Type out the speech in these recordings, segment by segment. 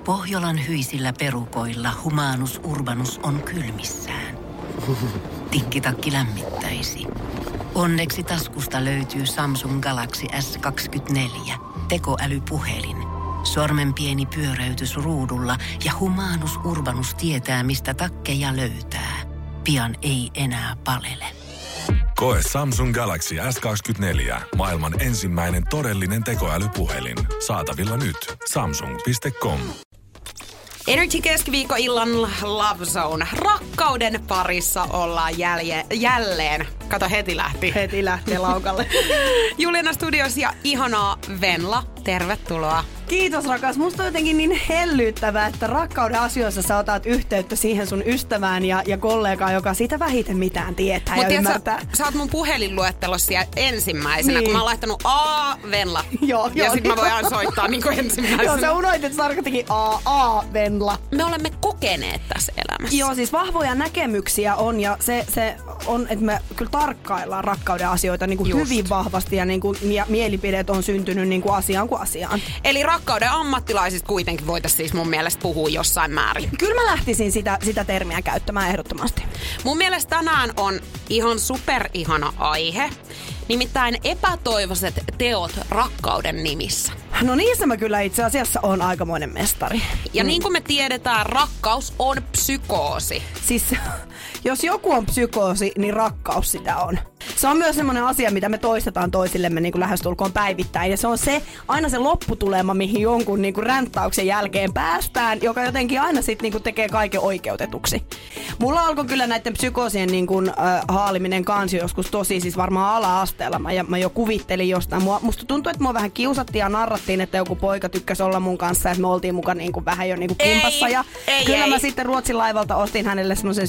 Pohjolan hyisillä perukoilla Humanus Urbanus on kylmissään. Tikkitakki lämmittäisi. Onneksi taskusta löytyy Samsung Galaxy S24. Tekoälypuhelin. Sormen pieni pyöräytys ruudulla ja Humanus Urbanus tietää, mistä takkeja löytää. Pian ei enää palele. Koe Samsung Galaxy S24. Maailman ensimmäinen todellinen tekoälypuhelin. Saatavilla nyt. Samsung.com. Energy keskiviikkoillan Love Zone. Rakkauden parissa ollaan jälleen. Kato, heti lähti. Heti lähtee laukalle. Juliana Studios ja ihanaa Venla. Tervetuloa. Kiitos rakas. Musta on jotenkin niin hellyyttävää, että rakkauden asioissa sä otat yhteyttä siihen sun ystävään ja kollegaan, joka siitä vähiten mitään tietää ja ymmärtää. Sä oot mun puhelinluettelossa siellä ensimmäisenä, niin. kun mä oon laittanut Venla. Joo, ja sit mä voin soittaa niinku ensimmäisenä. Joo, sä unoitit, että sä tarkoittikin Venla. Me olemme kokeneet tässä elämässä. Joo, siis vahvoja näkemyksiä on ja se on, että me kyllä tarkkaillaan rakkauden asioita niin kuin hyvin vahvasti ja mielipideet on syntynyt niin kuin asiaan kuin asiaan. Eli rakkauden ammattilaisista kuitenkin voitaisiin siis mun mielestä puhua jossain määrin. Kyllä mä lähtisin sitä termiä käyttämään ehdottomasti. Mun mielestä tänään on ihan superihana aihe. Nimittäin epätoivoiset teot rakkauden nimissä. No niissä mä kyllä itse asiassa on aikamoinen mestari. Ja niin kuin me tiedetään, rakkaus on psykoosi. Siis jos joku on psykoosi, niin rakkaus sitä on. Se on myös semmoinen asia, mitä me toistetaan toisillemme niin kuin lähestulkoon päivittäin. Ja se on aina se lopputulema, mihin jonkun niin kuin ränttäyksen jälkeen päästään, joka jotenkin aina sitten niin kuin tekee kaiken oikeutetuksi. Mulla alkoi kyllä näiden psykoosien niin kuin, haaliminen kansi joskus tosi siis varmaan ala-asteella. Mä jo kuvittelin jostain. Musta tuntui, että mua vähän kiusattiin ja narrattiin, että joku poika tykkäsi olla mun kanssa. Että me oltiin mukaan niin kuin vähän jo niin kuin kimpassa. Kyllä mä sitten Ruotsin laivalta ostin hänelle semmoisen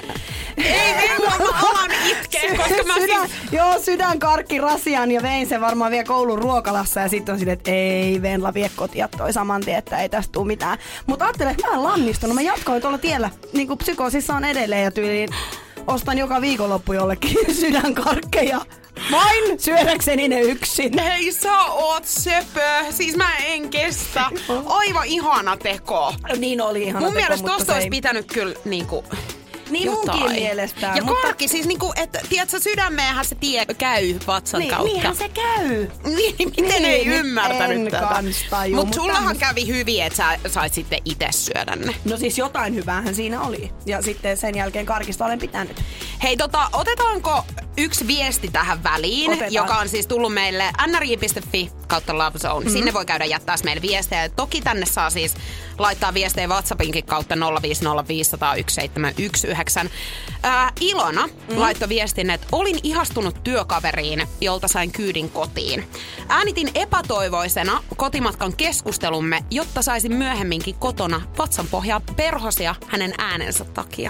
Ei, mä alan itkeä, koska mä sydänkarkki rasian ja vein sen varmaan vielä koulun ruokalassa ja sitten on silleen, että ei Venla vie kotia toi saman tien, että ei tästä tule mitään. Mutta ajattelin, että mä en lannistunut. Mä jatkoin tuolla tiellä, niin kuin psykoosissa on edelleen ja tyyliin ostan joka viikonloppu jollekin sydänkarkkeja. Vain syödäkseni ne yksin. Hei, sä oot söpö. Siis mä en kestä. Aivan ihana teko. Niin oli ihana mun teko, mielestä mutta tosta olisi pitänyt kyllä niinku... Niin jotain. munkin mielestä. Ja karkki, siis niinku, että tiedätkö, sydämeenhän se tie käy vatsan kautta. Niinhän se käy. Miten ei ymmärtänyt tätä? Mutta sullahan kävi hyvin, että sä sait sitten itse syödä ne. No siis jotain hyväähän siinä oli. Ja sitten sen jälkeen karkista olen pitänyt. Hei otetaanko yksi viesti tähän väliin, Otetaan. joka on siis tullut meille nrj.fi/LoveZone. Sinne voi käydä jättää meille viestejä. Toki tänne saa siis laittaa viestejä WhatsAppinkin kautta 050501719. Ilona laittoi viestin, että olin ihastunut työkaveriin, jolta sain kyydin kotiin. Äänitin epätoivoisena kotimatkan keskustelumme, jotta saisin myöhemminkin kotona vatsanpohjaa perhosia hänen äänensä takia.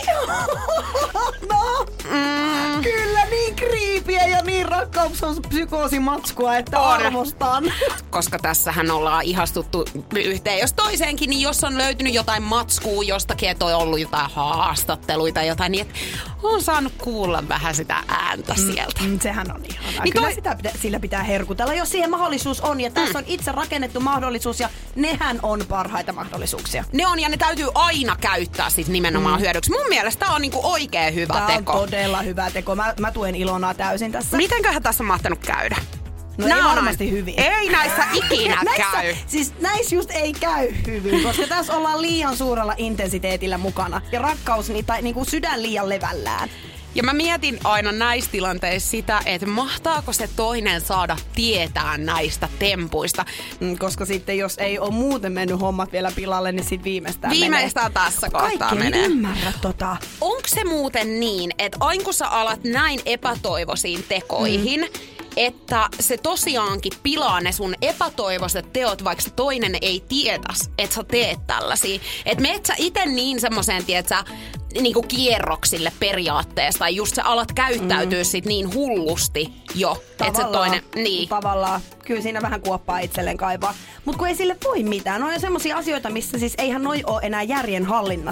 No, kyllä niin kriipiä ja niin rakkauspsykoosimatskua, että arvostan. Koska tässähän ollaan ihastuttu yhteen jos toiseenkin, niin jos on löytynyt jotain matskua jostakin, että on ollut jotain haastatteluita, jotain, niin että on saanut kuulla vähän sitä ääntä sieltä. Sehän on ihanaa. Niin kyllä sillä pitää herkutella, jos siihen mahdollisuus on. Ja tässä on itse rakennettu mahdollisuus ja nehän on parhaita mahdollisuuksia. Ne on ja ne täytyy aina käyttää siis nimenomaan hyödyksi. Mun mielestä tää on niinku oikein hyvä teko. Tämä on todella hyvä teko. Mä tuen Ilonaa täysin tässä. Mitenköhän tässä on mahtanut käydä? No ei varmasti hyvin. Ei näissä ikinä käy. Siis näissä just ei käy hyvin, koska tässä ollaan liian suurella intensiteetillä mukana. Ja rakkaus tai niinku sydän liian levällään. Ja mä mietin aina näissä tilanteissa sitä, että mahtaako se toinen saada tietää näistä tempuista. Koska sitten jos ei ole muuten mennyt hommat vielä pilalle, niin sitten viimeistään tässä kohtaa kaikki menee. Kaikki ymmärrä tota. Onko se muuten niin, että aina kun sä alat näin epätoivoisiin tekoihin, että se tosiaankin pilaa ne sun epätoivoiset teot, vaikka se toinen ei tietäisi, että sä teet tällaisia. Että meet sä ite niin semmoseen, tietsä, niinku kierroksille periaatteessa, tai just sä alat käyttäytyä sit niin hullusti jo, että se toinen... Niin. Tavallaan. Kyllä siinä vähän kuoppaa itselleen kaivaa. Mutta kun ei sille voi mitään. No on jo semmosia asioita, missä siis eihän noi ole enää järjen hallinnassa.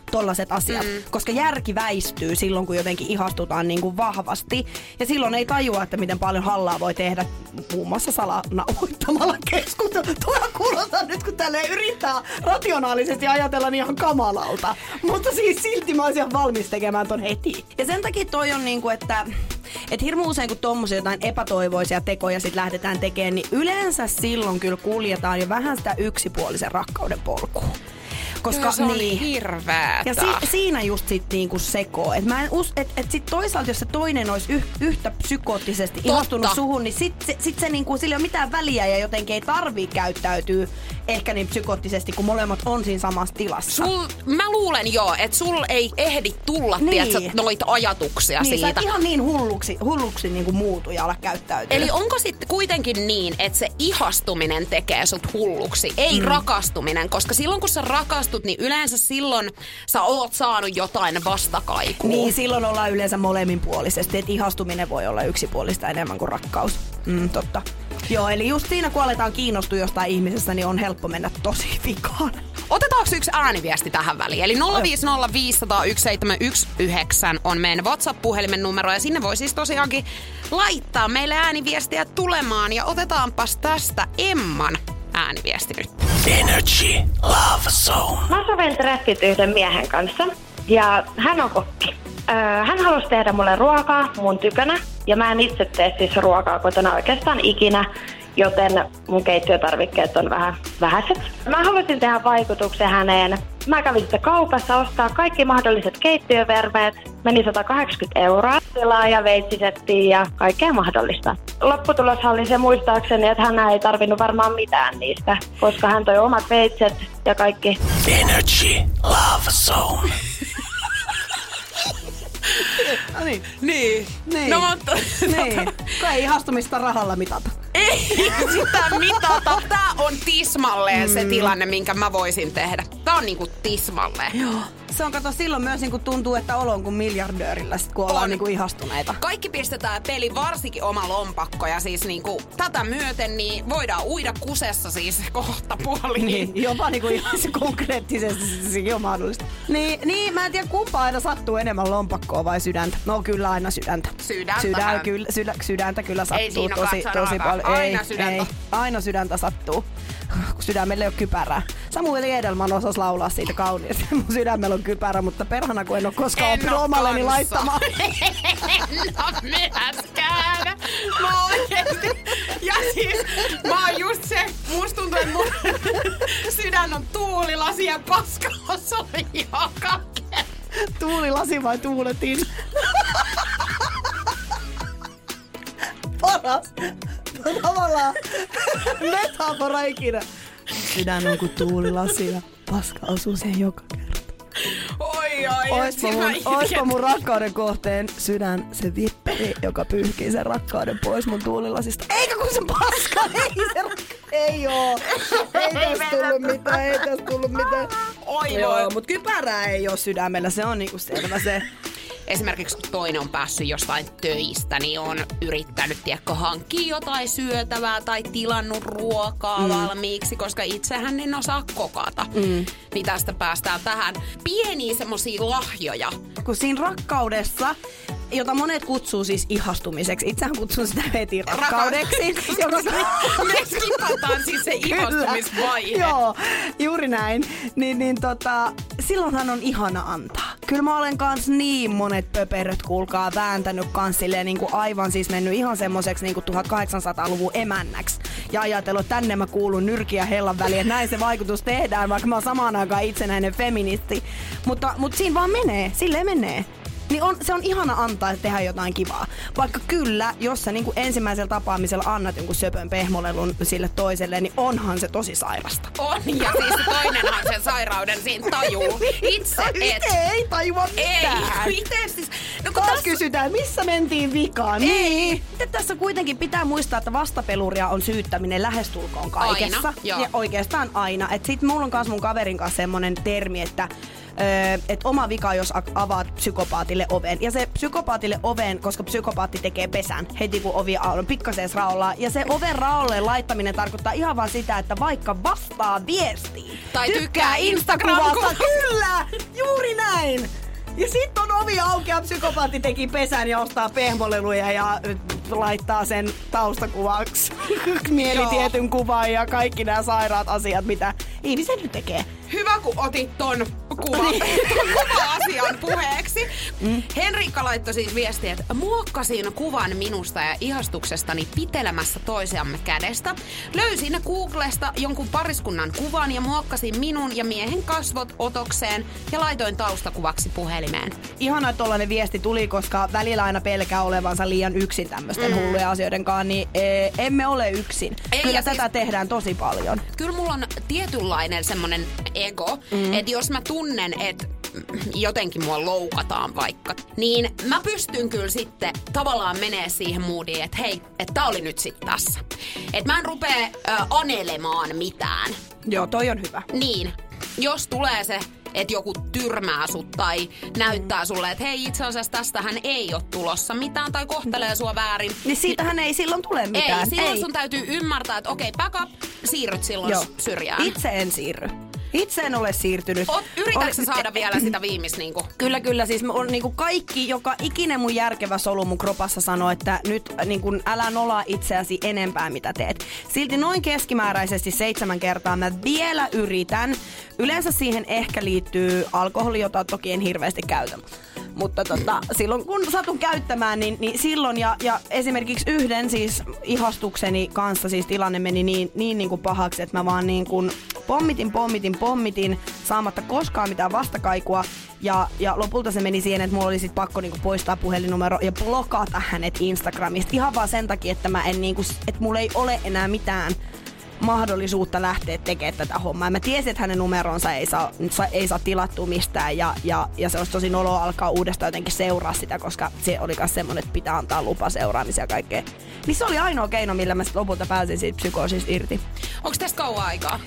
tollaset asiat, koska järki väistyy silloin, kun jotenkin ihastutaan niin kuin vahvasti. Ja silloin ei tajua, että miten paljon hallaa voi tehdä muun muassa salanauhoittamalla keskustelua. Tuo kuulostaa nyt, kun tälleen yrittää rationaalisesti ajatella niin ihan kamalalta. Mutta siis silti mä olisin valmis tekemään ton heti. Ja sen takia toi on niinku, että hirmu usein kun tommosia jotain epätoivoisia tekoja sit lähdetään tekemään, niin yleensä silloin kyllä kuljetaan jo vähän sitä yksipuolisen rakkauden polkua. Koska joo, se on hirveetä. Ja siinä just sit niinku sekoo. Et mä en et sit toisaalta, jos se toinen olisi yhtä psykoottisesti ihastunut suhun, niin sit se niinku, sillä ei ole mitään väliä ja jotenkin ei tarvii käyttäytyä ehkä niin psykoottisesti, kun molemmat on siinä samassa tilassa. Mä luulen jo, että sul ei ehdi tulla noita ajatuksia siitä. Sä et ihan niin hulluksi niinku muutu ja ala käyttäytyä. Eli onko sitten kuitenkin niin, että se ihastuminen tekee sut hulluksi, ei rakastuminen, koska silloin kun sä rakastut, niin yleensä silloin sä oot saanut jotain vastakaikua. Niin, silloin ollaan yleensä molemminpuolisesti, että ihastuminen voi olla yksipuolista enemmän kuin rakkaus. Totta. Joo, eli just siinä kun aletaan kiinnostua jostain ihmisestä, niin on helppo mennä tosi vikaan. Otetaanko yksi ääniviesti tähän väliin? Eli 050501719 on meidän WhatsApp-puhelimen numero ja sinne voi siis tosiaankin laittaa meille ääniviestiä tulemaan. Ja otetaanpas tästä Emman ääniviesti nyt. Energy Love Zone. Mä soven treffit yhden miehen kanssa ja hän on kokki. Hän halusi tehdä mulle ruokaa mun tykönä ja mä en itse tee siis ruokaa kotona oikeastaan ikinä, joten mun keittiötarvikkeet on vähän vähäiset. Mä halusin tehdä vaikutuksen häneen. Mä kävin sitten kaupassa ostaa kaikki mahdolliset keittiövermeet. Meni 180 €. Tilaa ja veitsisettiin ja kaikkea mahdollista. Lopputuloshan oli se muistaakseni, että hän ei tarvinnut varmaan mitään niistä, koska hän toi omat veitset ja kaikki. Energy Love Zone. Niin. No mutta... Niin. Kun ei ihastumista rahalla mitata. Ei sitä mitata. Tää on tismalleen se tilanne, minkä mä voisin tehdä. Tää on niinku tismalleen. Joo. Se on, kato, silloin myös niinku tuntuu, että olo on kuin miljardöörillä, sit, kun ollaan niinku ihastuneita. Kaikki pistetään peli, varsinkin oma lompakko. Ja siis niinku tätä myöten niin voidaan uida kusessa siis kohta puoliin. Niin, jopa niinku ihan se konkreettisesti sekin on mahdollista. Niin, mä en tiedä kumpa aina sattuu enemmän lompakkoa vai sydäntä. No kyllä aina sydäntä. Sydäntä kyllä sattuu ei siinä tosi paljon. Aina sydäntä. Aina sydäntä sattuu. Kun sydämellä ei ole kypärää. Samuel Edelman osasi laulaa siitä kauniisti. Mun sydämellä on kypärä, mutta perhana kun en ole koskaan oppinut omalleni laittamaan. En oo myöskään. Mä oikeesti. Ja siis mä oon just se, musta tuntuu, että mun sydän on tuulilasi ja paskaus oli joka kerta. Tuulilasi vai tuuletin? Paras. Tavallaan metafora ikinä. Sydän on kuin tuulilasi ja paska osuu siihen joka kerta. Oi. Oispa mun rakkauden kohteen sydän se vipperi, joka pyyhkii sen rakkauden pois mun tuulilasista. Eikä kun se paska, ei oo. Ei tästä tullut mitään. Joo, mut kypärää ei oo sydämellä, se on niinku selvä se. Esimerkiksi kun toinen on päässyt jostain töistä, niin on yrittänyt, hankkia jotain syötävää tai tilannut ruokaa valmiiksi, koska itsehän en osaa kokata. Niin tästä päästään tähän pieniä semmosia lahjoja. Kun siinä rakkaudessa, jota monet kutsuu siis ihastumiseksi, itsehän kutsun sitä heti rakkaudeksi. Me skipataan siis se ihastumisvaihe. Joo, juuri näin. Silloinhan on ihana antaa. Kyllä mä olen kans niin monet pöperöt, kuulkaa, vääntänyt kans silleen niin kuin aivan siis mennyt ihan semmoiseksi niin kuin 1800-luvun emännäksi. Ja ajatellut, että tänne mä kuulun nyrkin ja hellan väliin, että näin se vaikutus tehdään, vaikka mä oon samaan aikaan itsenäinen feministi. Mutta siinä vaan menee, silleen menee. Niin se on ihana antaa tehdä jotain kivaa. Vaikka kyllä, jos sä niinku ensimmäisellä tapaamisella annat jonkun söpön pehmolelun sille toiselle, niin onhan se tosi sairasta. On, ja siis toinenhan sen sairauden siinä tajuu. Itse ei tajua mitään. Itse siis... No kun taas kysytään, missä mentiin vikaan? Niin. Tässä kuitenkin pitää muistaa, että vastapeluria on syyttäminen lähestulkoon kaikessa. Aina, joo. Ja oikeastaan aina. Et sit mulla on kans mun kaverin kanssa semmonen termi, että oma vika, jos avaat psykopaatille oven. Ja se psykopaatille oven, koska psykopaatti tekee pesän heti kun ovi on pikkasen raollaan. Ja se oven raolleen laittaminen tarkoittaa ihan vaan sitä, että vaikka vastaa viestiin, Tai tykkää Instagramista. Kyllä, juuri näin. Ja sitten on ovi auki ja psykopaatti teki pesän ja ostaa pehmoleluja ja laittaa sen taustakuvaksi mielitietyn kuvan ja kaikki nämä sairaat asiat, mitä ihmiset nyt tekee. Hyvä, kun otit ton kuva-asian puheeksi. Henriikka laittoi siis viestiä, että muokkasin kuvan minusta ja ihastuksestani pitelemässä toisiamme kädestä. Löysin Googlesta jonkun pariskunnan kuvan ja muokkasin minun ja miehen kasvot otokseen ja laitoin taustakuvaksi puhelimeen. Ihana, että tollainen viesti tuli, koska välillä aina pelkää olevansa liian yksin tämmöisten hullujen asioiden kanssa, niin emme ole yksin. Kyllä tätä tehdään tosi paljon. Kyllä mulla on tietynlainen semmonen ego, että jos mä tunnen, että jotenkin mua loukataan vaikka, niin mä pystyn kyllä sitten tavallaan menee siihen moodiin, että hei, että tää oli nyt sit tässä. Että mä en rupee anelemaan mitään. Joo, toi on hyvä. Niin, jos tulee se, että joku tyrmää sut tai näyttää sulle, että hei, itse asiassa tästähän ei ole tulossa mitään tai kohtelee sua väärin. Niin siitähän ei silloin tule mitään. Ei, silloin sun täytyy ymmärtää, että okei, back up, siirryt silloin syrjään. Itse en siirry. Itse en ole siirtynyt. Yritätkö saada vielä sitä viimeistä niinku? Kyllä. Siis on niinku kaikki, joka ikinen mun järkevä solu mun kropassa sanoo, että nyt niinku älä nolaa itseäsi enempää mitä teet. Silti noin keskimääräisesti 7 kertaa mä vielä yritän. Yleensä siihen ehkä liittyy alkoholi, jota toki en hirveästi käytä. Mutta silloin kun satun käyttämään, niin silloin ja esimerkiksi yhden siis ihastukseni kanssa siis tilanne meni niin kuin pahaksi, että mä vaan niin kuin pommitin saamatta koskaan mitään vastakaikua. Ja lopulta se meni siihen, että mulla oli sit pakko niinku poistaa puhelinnumero ja blokata hänet Instagramista. Ihan vaan sen takia, että mä en niinku, että mulla ei ole enää mitään mahdollisuutta lähteä tekemään tätä hommaa. Mä tiesin, että hänen numeronsa ei saa tilattua mistään ja se olisi tosi noloa alkaa uudestaan jotenkin seuraa sitä, koska se oli myös semmoinen, että pitää antaa lupa seuraamisia ja kaikkea. Niin se oli ainoa keino, millä mä lopulta pääsin siitä psykoosista irti. Onko tästä kauan aikaa?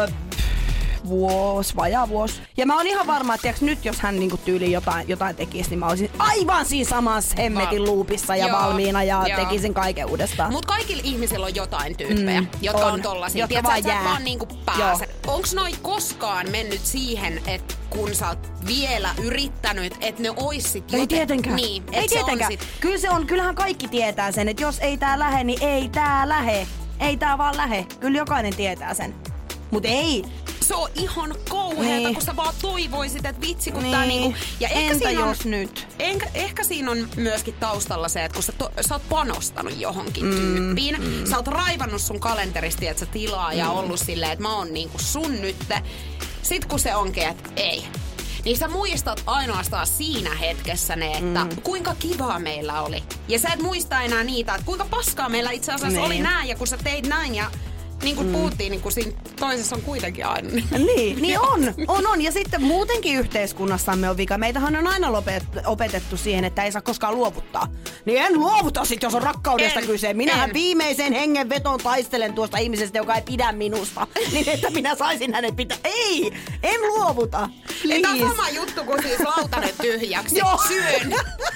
Vajaa vuosi. Ja mä oon ihan varma, että nyt jos hän niinku tyyliin jotain tekisi, niin mä olisin aivan siinä samassa hemmetin loopissa ja valmiina ja tekisin kaiken uudestaan. Mut kaikilla ihmisillä on jotain tyyppejä, jotka on tollasia. Jotka vaan jää. Vaan niinku pääse. Onks noi koskaan mennyt siihen, että kun sä oot vielä yrittänyt, että ne ois sit ei tietenkään. Niin, ei tietenkään. Kyllähän kaikki tietää sen, että jos ei tää lähe, niin ei tää lähe. Ei tää vaan lähe. Kyllä jokainen tietää sen. Mut ei. Se on ihan kauheeta, kun sä vaan toivoisit, että vitsi, kun tää niinku... Ja entä jos nyt? Ehkä siinä on myöskin taustalla se, että kun sä oot panostanut johonkin tyyppiin, sä oot raivannut sun kalenterista, että sä tilaa ja ollut silleen, että mä oon niinku sun nytte. Sit kun se onkin, että ei. Niin sä muistat ainoastaan siinä hetkessä ne, että kuinka kivaa meillä oli. Ja sä et muista enää niitä, että kuinka paskaa meillä itse asiassa oli näin ja kun sä teit näin ja... Niin kuin puhuttiin, niin kuin siinä toisessa on kuitenkin aina. Niin on. Ja sitten muutenkin yhteiskunnassamme on vika. Meitähän on aina opetettu siihen, että ei saa koskaan luovuttaa. Niin en luovuta sit, jos on rakkaudesta kyse. Minähän viimeisen hengenveton taistelen tuosta ihmisestä, joka ei pidä minusta. Niin että minä saisin hänet pitää. Ei, en luovuta. Tämä on sama juttu kuin siis lautanen tyhjäksi. Syön.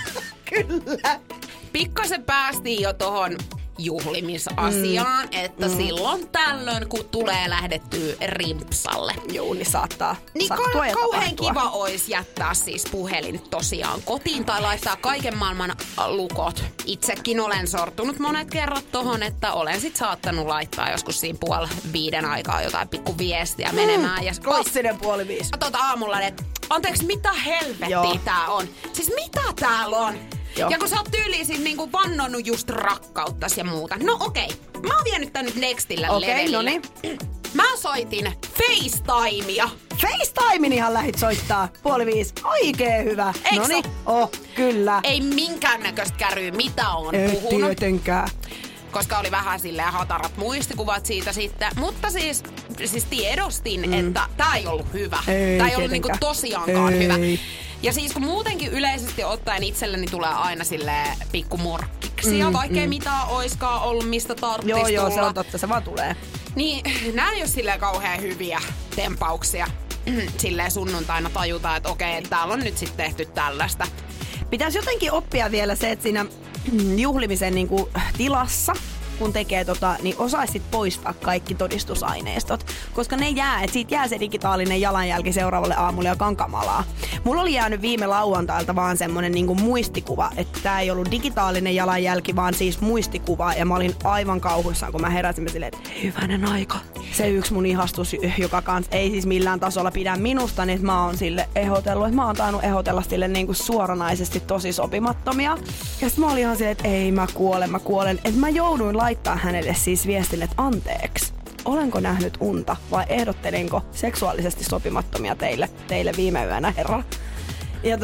Kyllä. Pikkasen päästiin jo tohon juhlimisasiaan, että silloin tällöin, kun tulee lähdettyä rimpsalle. Joo, niin saattaa niin kauhean kiva olisi jättää siis puhelin tosiaan kotiin tai laittaa kaiken maailman lukot. Itsekin olen sortunut monet kerrat tohon, että olen sit saattanut laittaa joskus siinä 4:30 aikaa jotain pikku viestiä menemään. Ja klassinen 4:30. Aamulla, että anteeksi, mitä helvettiä tää on? Siis mitä täällä on? Joo. Ja kun sä oot tyyliin niinku vannonnut just rakkauttas ja muuta. No okei. Mä oon vienyt tän nyt nextille levelille. Noniin. Mä soitin FaceTimea. FaceTimein ihan lähit soittaa 4:30. Oikein hyvä. Noniin. Kyllä. Ei minkäännäköistä käryä, mitä on ei puhunut. Tietenkään. Koska oli vähän silleen hatarat muistikuvat siitä sitten. Mutta siis tiedostin, että tää ei ollut hyvä. Tää ei ollut niinku tosiaankaan hyvä. Ja siis kun muutenkin yleisesti ottaen itselleni tulee aina silleen pikku morkkiksia, vaikkei mitään oiskaan ollut, mistä tarvitsisi tulla. Joo, se on totta, se vaan tulee. Niin nää ei ole silleen kauhean hyviä tempauksia. Silleen sunnuntaina tajutaan, että okei, täällä on nyt sitten tehty tällaista. Pitäisi jotenkin oppia vielä se, että siinä juhlimisen niinku tilassa, kun tekee niin osaisit poistaa kaikki todistusaineistot, koska ne jää, että siitä jää se digitaalinen jalanjälki seuraavalle aamulle ja kankamalaa. Mulla oli jäänyt viime lauantailta vaan semmonen niinku muistikuva, että tää ei ollut digitaalinen jalanjälki, vaan siis muistikuva, ja mä olin aivan kauhuissaan, kun mä heräsin silleen, että hyvänen aika. Se yksi mun ihastus, joka kans ei siis millään tasolla pidä minusta, niin mä oon sille ehdotellut, että mä oon tainnut ehdotella sille niinku suoranaisesti tosi sopimattomia. Ja sit mä olin ihan silleen, että ei mä kuolen. Että mä jouduin laittaa hänelle siis viestille, että anteeksi, olenko nähnyt unta vai ehdottelinko seksuaalisesti sopimattomia teille viime yönä, herra. Ja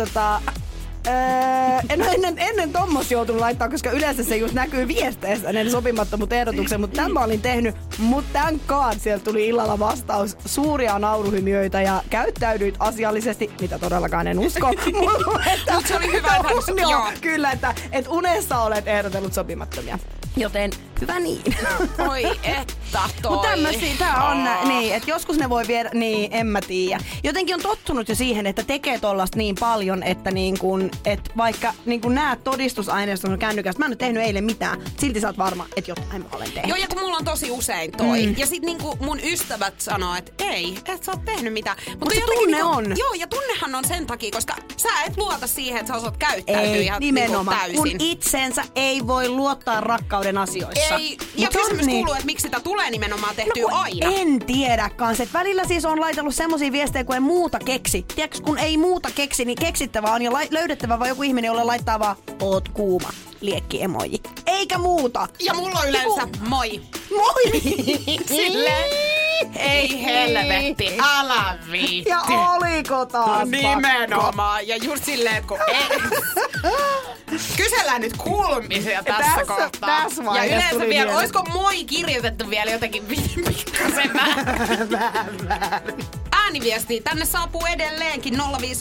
en ole ennen tommos joutunut laittaa, koska yleensä se just näkyy viesteissä ne sopimattomuut ehdotukset, mutta tämän mä olin tehnyt. Mutta tän kaan sieltä tuli illalla vastaus, suuria nauruhymiöitä ja käyttäydyit asiallisesti, mitä todellakaan en usko. Mutta se oli hyvä, joo. Kyllä, että unessa olet ehdotellut sopimattomia. Joten hyvä niin. Oi että toi. Mutta tämmösiä, tää on niin, että joskus ne voi viedä, niin en mä tiedä. Jotenkin on tottunut jo siihen, että tekee tollasta niin paljon, että niin kun, et vaikka niin kun näet todistusaineiston kännykästä, mä en ole tehnyt eilen mitään, silti sä oot varma, että jotain mä olen tehnyt. Joo, ja kun mulla on tosi usein toi. Ja sit niinku mun ystävät sanoo, että ei, et sä oot tehnyt mitään. Mutta se tunne niinku, on. Joo, ja tunnehan on sen takia, koska sä et luota siihen, että sä osaat käyttäytyä ei, ihan nimenomaan. Niinku täysin. Kun itsensä ei voi luottaa rakkauden asioissa. Ei, ja kysymys kuuluu, että miksi sitä tulee nimenomaan tehtyä aina. En tiedä kans, että välillä siis on laitellut semmosia viestejä, kun ei muuta keksi. Tiedätkö, kun ei muuta keksi, niin keksittävä on ja löydettävä vaan joku ihminen, jolle laittaa vaan oot kuuma, liekki emoji. Eikä muuta. Ja mulla on yleensä moi. Moi! Silleen. Ei helvetti, älä viitti. Ja oliko taas nimenomaan. Ja just silleen, kun kysellään nyt kuulumisia tässä kohtaa. Ja yleensä vielä, olisiko moi kirjoitettu vielä jotenkin pikkasen väärin. Ääniviestiä tänne saapuu edelleenkin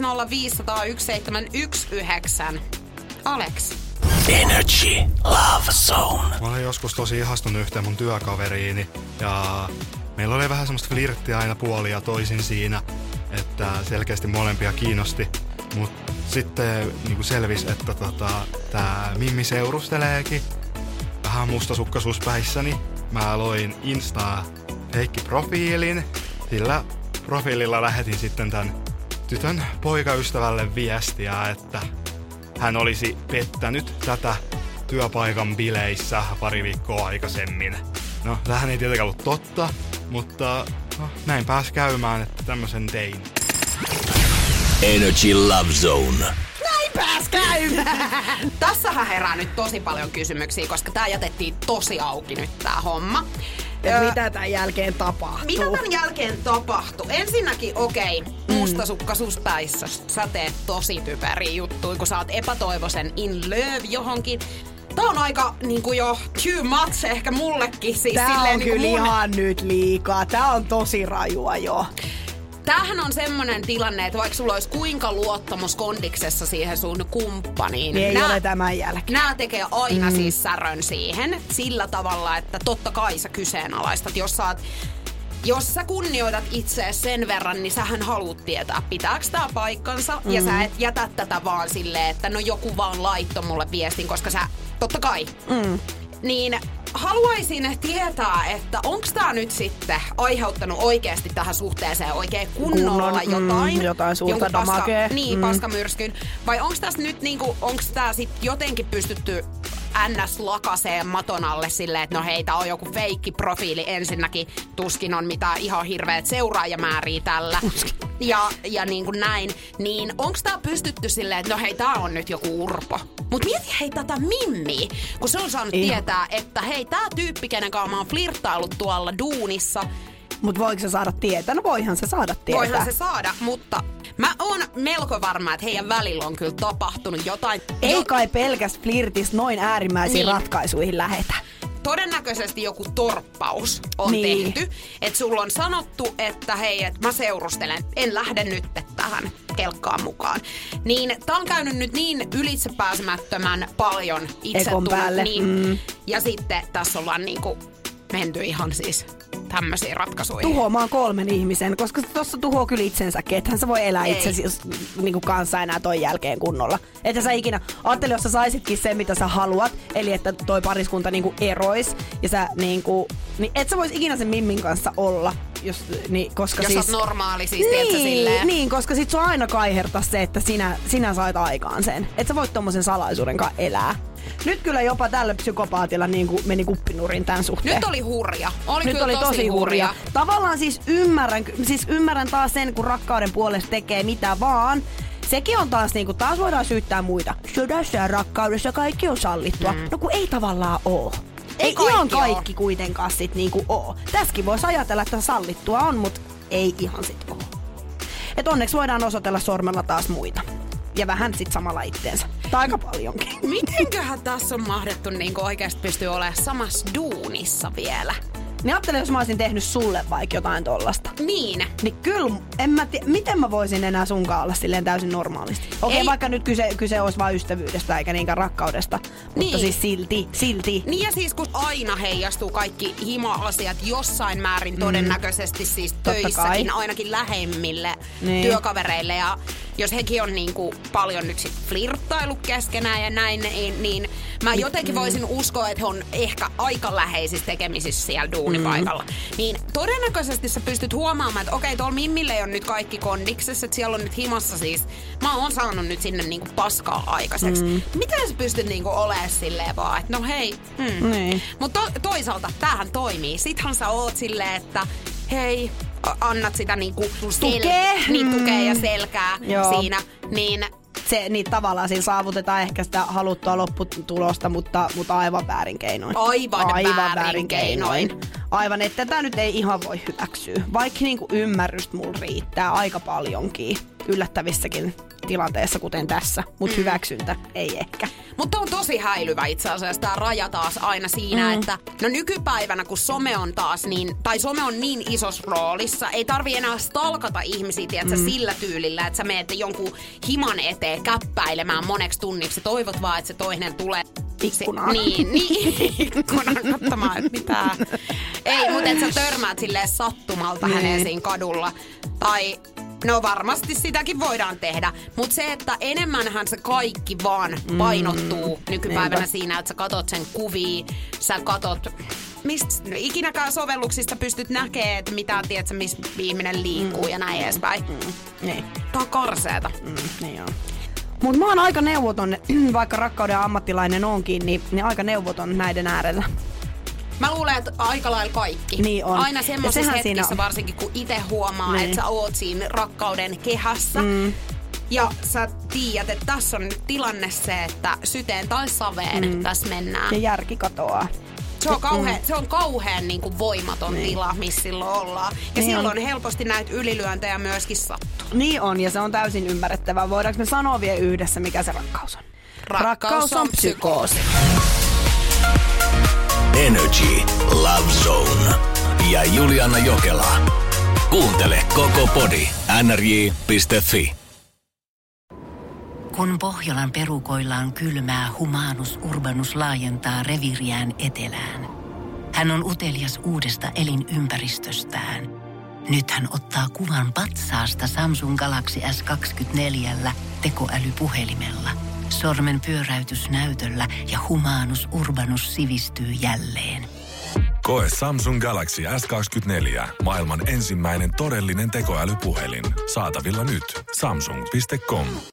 050501719. Alex. Energy Love Zone. Mä olen joskus tosi ihastunut yhteen mun työkaveriini ja meillä oli vähän semmoista flirttiä aina puolin ja toisin siinä, että selkeästi molempia kiinnosti. Mut sitten niinku selvisi, että tää Mimmi seurusteleekin vähän mustasukkaisuuspäissäni. Mä loin Instaa feikkiprofiilin. Sillä profiililla lähetin sitten tän tytön poikaystävälle viestiä, että hän olisi pettänyt tätä työpaikan bileissä pari viikkoa aikaisemmin. No, tämähän ei tietenkään ollut totta, mutta näin pääsi käymään, että tämmösen tein. Energy Love Zone. Näin pääs käymään! Tässähän herää nyt tosi paljon kysymyksiä, koska tää jätettiin tosi auki nyt tää homma. Mitä tämän jälkeen tapahtuu? Mitä tämän jälkeen tapahtuu? Ensinnäkin, mustasukkaisuuspäissä sä teet tosi typeriä juttuja, kun sä oot epätoivoisen in love johonkin. Tää on aika niinku jo too much ehkä mullekin. Siis tää silleen, on niinku kyllä ihan nyt liikaa. Tää on tosi rajua jo. Tämähän on semmonen tilanne, että vaikka sulla olisi kuinka luottamus kondiksessa siihen sun kumppaniin. Niin ei ole tämän jälkeen. Nää tekee aina siis särön siihen sillä tavalla, että totta kai sä kyseenalaistat. Jos sä kunnioitat itseäsi sen verran, niin sähän haluat tietää, pitääkö tää paikkansa. Ja sä et jätä tätä vaan silleen, että no joku vaan laittoi mulle viestin, koska sä totta kai. Niin haluaisin tietää, että onks tää nyt sitten aiheuttanut oikeasti tähän suhteeseen oikein kunnolla jotain. Jotain suurta damakea. Paskamyrskyn. Vai onks tässä nyt niinku, onks tää sit jotenkin pystytty NS-lakaseen maton alle silleen, että no hei, tää on joku feikkiprofiili ensinnäkin. Tuskin on mitään ihan hirveet seuraajamääriä tällä. Ja niin kuin näin. Niin onks tää pystytty silleen, että no hei, tää on nyt joku urpo. Mut mieti hei tätä Mimmiä, kun se on saanut tietää, että hei, tää tyyppi, kenen kanssa mä oon flirttaillut tuolla duunissa. Mut voiko se saada tietää? No voihan se saada tietää. Voihan se saada, mutta mä oon melko varma, että heidän välillä on kyllä tapahtunut jotain. Ei kai pelkästään flirtistä noin äärimmäisiin ratkaisuihin lähetä. Todennäköisesti joku torppaus on tehty. Että sulla on sanottu, että hei, että mä seurustelen, en lähde nyt tähän kelkkaan mukaan. Niin tää on käynyt nyt niin ylitsepääsemättömän paljon itsetunnon. Ekon päälle. Ja sitten tässä ollaan niinku menty ihan siis tämmöisiin ratkaisuihin? Tuhoamaan 3 ihmisen, koska tuossa tuhoaa kyllä itsensäkin. Ethän sä voi elää itsesi niinku kanssa enää ton jälkeen kunnolla. Että sä ikinä, ajattele, jos sä saisitkin sen, mitä sä haluat, eli että toi pariskunta niinku erois, ja sä niinku, niin et sä vois ikinä sen Mimmin kanssa olla. Koska jos oot normaali siis, tiedätkö silleen? Niin, koska sit sua aina kaihertaa se, että sinä sait aikaan sen. Et sä voit tommosen salaisuuden kanssa elää. Nyt kyllä jopa tällä psykopaatilla niin meni kuppinurin tämän suhteen. Nyt oli hurja. Nyt oli tosi hurja. Tavallaan siis ymmärrän taas sen, kun rakkauden puolesta tekee mitä vaan. Sekin on taas niinku, taas voidaan syyttää muita. Sodassa ja rakkaudessa kaikki on sallittua. No kun ei tavallaan oo. Ei ihan kaikki kuitenkaan sit niinku oo. Tässäkin voisi ajatella, että sallittua on, mut ei ihan sit oo. Et onneksi voidaan osoitella sormella taas muita. Ja vähän sit samalla itteensä. Tai aika paljonkin. Mitenköhän tässä on mahdettu niinku oikeasti pystyä olemaan samassa duunissa vielä? Niin ajattele, jos mä olisin tehnyt sulle vaikka jotain tollasta. Niin. Niin kyllä, en mä miten mä voisin enää sunkaan olla silleen täysin normaalisti. Okei, vaikka nyt kyse olisi vain ystävyydestä eikä niinkään rakkaudesta. Mutta siis silti. Niin ja siis kun aina heijastuu kaikki hima-asiat jossain määrin todennäköisesti siis töissäkin ainakin lähemmille työkavereille. Ja jos hekin on niinku paljon nyt sit flirttailu keskenään ja näin, niin mä jotenkin voisin uskoa, että he on ehkä aika läheisissä tekemisissä siellä duunipaikalla. Niin todennäköisesti sä pystyt huomaamaan, että okei, tuolla Mimmille ei ole nyt kaikki kondiksessa, että siellä on nyt himassa siis, mä oon saanut nyt sinne niinku paskaa aikaiseksi. Miten sä pystyt niinku olemaan silleen vaan, että no hei. Mutta toisaalta tämähän toimii. Sittenhän sä oot silleen, että hei, annat sitä niinku tukea ja selkää siinä, niin niin tavallaan siinä saavutetaan ehkä sitä haluttua lopputulosta, mutta aivan väärin keinoin. Aivan väärin keinoin. Aivan, että tätä nyt ei ihan voi hyväksyä. Vaikka niinku ymmärrystä mulla riittää aika paljonkin yllättävissäkin tilanteessa, kuten tässä. Mutta hyväksyntä ei ehkä. Mutta on tosi häilyvä itse asiassa tämä raja taas aina siinä, että no nykypäivänä kun some on taas some on niin isossa roolissa, ei tarvi enää stalkata ihmisiä, tiedätkö, sillä tyylillä, että sä menet jonkun himan eteen käppäilemään moneksi tunniksi. Toivot vaan, että se toinen tulee ikkunaan. Ikkunaan katsomaan, että mitä. Ei, mutta että sä törmäät silleen sattumalta häneen siinä kadulla. Tai no varmasti sitäkin voidaan tehdä, mutta se, että enemmänhän se kaikki vaan painottuu nykypäivänä siinä, että sä katot sen kuvia, sä katot, mistä ikinäkään sovelluksista pystyt näkemään, että mitä, tiedätkö, missä ihminen liikkuu ja näin edespäin. Niin. Tää on karseeta. Niin on. Mut mä oon aika neuvoton, vaikka rakkauden ammattilainen onkin, niin aika neuvoton näiden äärellä. Mä luulen, että aika lailla kaikki. Niin on. Aina semmoisissa hetkissä varsinkin, kun itse huomaa, että sä oot siinä rakkauden kehässä. Ja sä tiedät, että tässä on nyt tilanne se, että syteen tai saveen tässä mennään. Ja järki katoaa. Se on kauhean niin kuin voimaton tila, missä silloin ollaan. Ja niin silloin helposti näitä ylilyöntejä myöskin sattuu. Niin on, ja se on täysin ymmärrettävää. Voidaanko me sanoa vielä yhdessä, mikä se rakkaus on? Rakkaus on psykoosi. Energy Love Zone ja Juliana Jokela. Kuuntele koko podi nrj.fi. Kun Pohjolan perukoillaan kylmää, Humanus Urbanus laajentaa reviiriään etelään. Hän on utelias uudesta elinympäristöstään. Nyt hän ottaa kuvan patsaasta Samsung Galaxy S24 tekoälypuhelimella. Sormen pyöräytys näytöllä ja Humanus Urbanus sivistyy jälleen. Koe Samsung Galaxy S24. Maailman ensimmäinen todellinen tekoälypuhelin. Saatavilla nyt. Samsung.com.